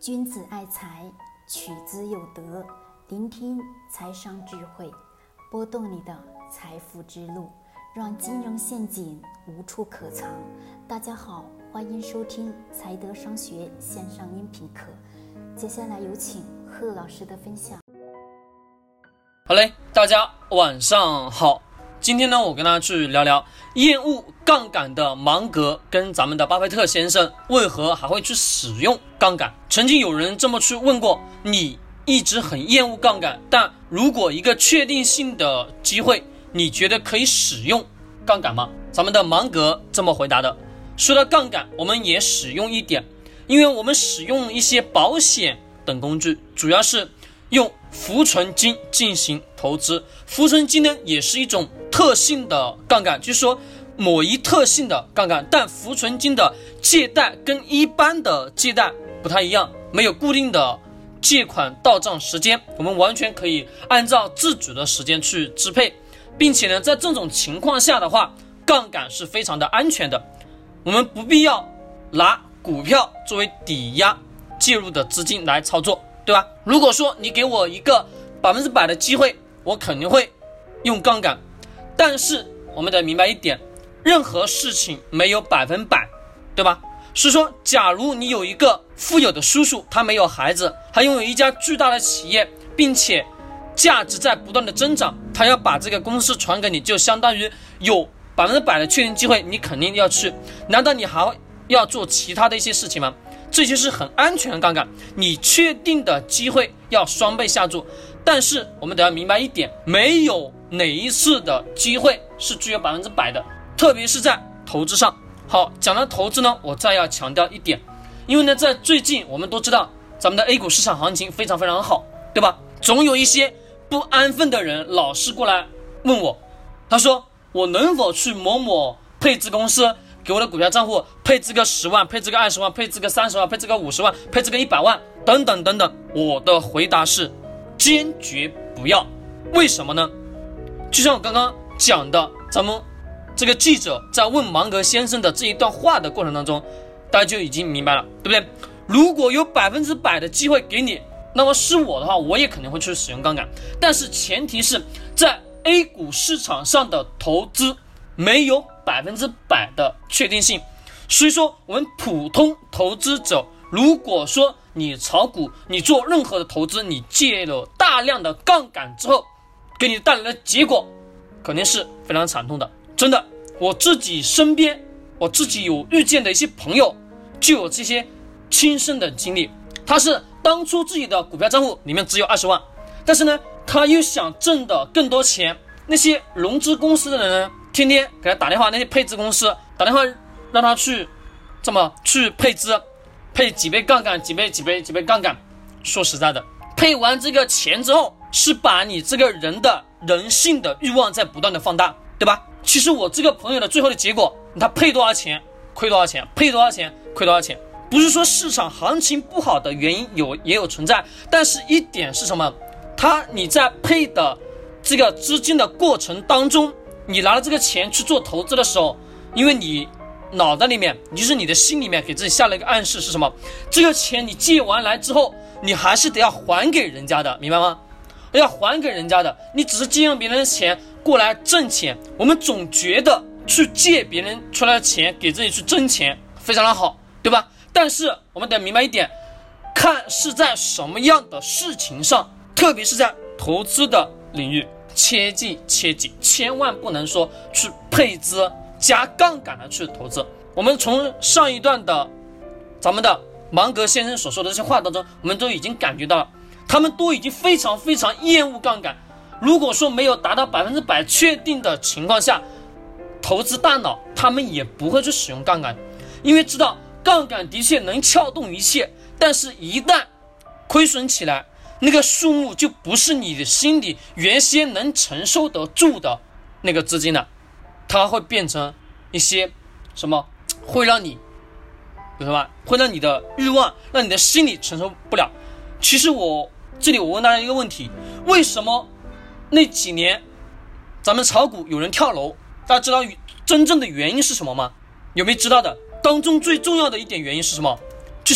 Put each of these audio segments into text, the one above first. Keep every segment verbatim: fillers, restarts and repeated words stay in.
君子爱财，取之有德。聆听财商智慧，拨动你的财富之路，让金融陷阱无处可藏。大家好，欢迎收听财德商学线上音频课。接下来有请贺老师的分享。 好嘞，大家晚上好。今天呢，我跟大家去聊聊厌恶杠杆的芒格跟咱们的巴菲特先生为何还会去使用杠杆。曾经有人这么去问过，你一直很厌恶杠杆，但如果一个确定性的机会，你觉得可以使用杠杆吗？咱们的芒格这么回答的。说到杠杆，我们也使用一点，因为我们使用一些保险等工具，主要是用浮存金进行投资。浮存金呢，也是一种特性的杠杆，就是说某一特性的杠杆，但浮存金的借贷跟一般的借贷不太一样，没有固定的借款到账时间，我们完全可以按照自主的时间去支配，并且呢，在这种情况下的话，杠杆是非常的安全的，我们不必要拿股票作为抵押介入的资金来操作，对吧？如果说你给我一个百分之百的机会，我肯定会用杠杆。但是我们得明白一点，任何事情没有百分百，对吧？是说，假如你有一个富有的叔叔，他没有孩子，他拥有一家巨大的企业，并且价值在不断的增长，他要把这个公司传给你，就相当于有百分之百的确定机会，你肯定要去。难道你还要做其他的一些事情吗？这就是很安全的杠杆，你确定的机会要双倍下注。但是我们得要明白一点，没有哪一次的机会是具有百分之百的，特别是在投资上。好，讲到投资呢，我再要强调一点，因为呢，在最近我们都知道咱们的 A 股市场行情非常非常好，对吧？总有一些不安分的人老是过来问我，他说我能否去某某配置公司给我的股票账户配置个十万，配置个二十万，配置个三十万，配置个五十万，配置个一百万，等等等等。我的回答是坚决不要。为什么呢？就像我刚刚讲的，咱们这个记者在问芒格先生的这一段话的过程当中，大家就已经明白了，对不对？如果有百分之百的机会给你，那么是我的话，我也肯定会去使用杠杆。但是前提是在 A 股市场上的投资没有百分之百的确定性。所以说，我们普通投资者，如果说你炒股，你做任何的投资，你借了大量的杠杆之后，给你带来的结果肯定是非常惨痛的。真的，我自己身边，我自己有遇见的一些朋友，就有这些亲身的经历。他是当初自己的股票账户里面只有二十万，但是呢，他又想挣的更多钱。那些融资公司的人呢，天天给他打电话，那些配置公司打电话让他去这么去配资，配几倍杠杆，几倍几倍几倍杠杆。说实在的，配完这个钱之后，是把你这个人的人性的欲望在不断的放大，对吧？其实我这个朋友的最后的结果，他配多少钱亏多少钱，配多少钱亏多少钱。不是说市场行情不好的原因有也有存在，但是一点是什么？他你在配的这个资金的过程当中，你拿了这个钱去做投资的时候，因为你脑袋里面，就是你的心里面给自己下了一个暗示是什么？这个钱你借完来之后，你还是得要还给人家的，明白吗？要还给人家的，你只是借用别人的钱过来挣钱。我们总觉得去借别人出来的钱给自己去挣钱非常的好，对吧？但是我们得明白一点，看是在什么样的事情上，特别是在投资的领域，切记切记，千万不能说去配资加杠杆的去投资。我们从上一段的咱们的芒格先生所说的这些话当中，我们都已经感觉到了，他们都已经非常非常厌恶杠杆。如果说没有达到百分之百确定的情况下，投资大脑他们也不会去使用杠杆，因为知道杠杆的确能撬动一切，但是一旦亏损起来，那个数目就不是你的心里原先能承受得住的那个资金了，它会变成一些什么，会让你有什么，会让你的欲望，让你的心理承受不了。其实我这里我问大家一个问题，为什么那几年咱们炒股有人跳楼？大家知道真正的原因是什么吗？有没有知道的？当中最重要的一点原因是什么？就是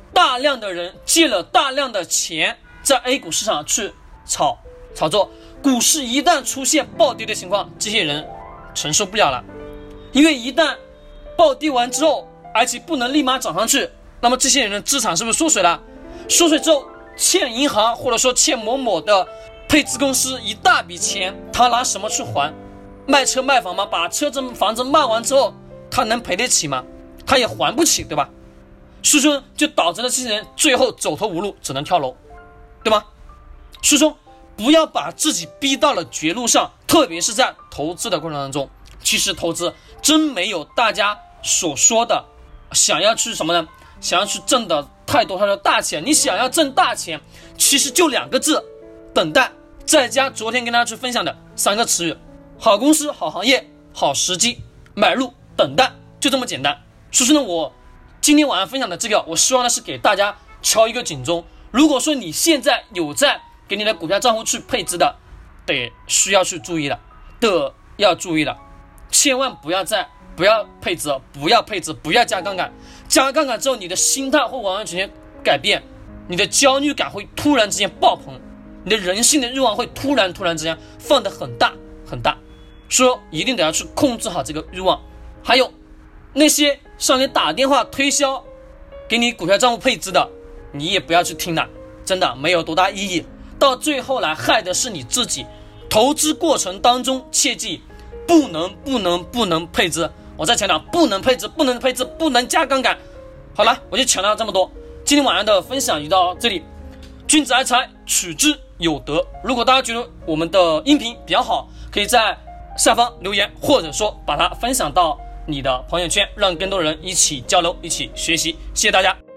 大量的人借了大量的钱在 A 股市场去炒炒作，股市一旦出现暴跌的情况，这些人承受不了了。因为一旦暴跌完之后，而且不能立马涨上去，那么这些人的资产是不是缩水了？缩水之后，欠银行或者说欠某某的配资公司一大笔钱，他拿什么去还？卖车卖房吗？把车子房子卖完之后，他能赔得起吗？他也还不起，对吧？所以说就导致了这些人最后走投无路，只能跳楼，对吗？所以说不要把自己逼到了绝路上，特别是在投资的过程当中。其实投资真没有大家所说的想要去什么呢？想要去挣的太多太多大钱。你想要挣大钱，其实就两个字：等待。再加昨天跟大家去分享的三个词语：好公司、好行业、好时机。买入、等待，就这么简单。所以说呢，我今天晚上分享的这个，我希望呢是给大家敲一个警钟。如果说你现在有在给你的股票账户去配置的，得需要去注意了，的要注意了，千万不要再不要配置，不要配置，不要加杠杆。加杠杆之后，你的心态会完完全全改变，你的焦虑感会突然之间爆棚，你的人性的欲望会突然突然之间放得很大很大。说一定得要去控制好这个欲望。还有那些向你打电话推销给你股票账户配置的，你也不要去听了，真的没有多大意义，到最后来害的是你自己。投资过程当中切记不能不能不能配置，我再强调，不能配置，不能配置，不能加杠杆。好了，我就强调这么多，今天晚上的分享就到这里。君子爱财，取之有德。如果大家觉得我们的音频比较好，可以在下方留言，或者说把它分享到你的朋友圈，让更多人一起交流，一起学习。谢谢大家。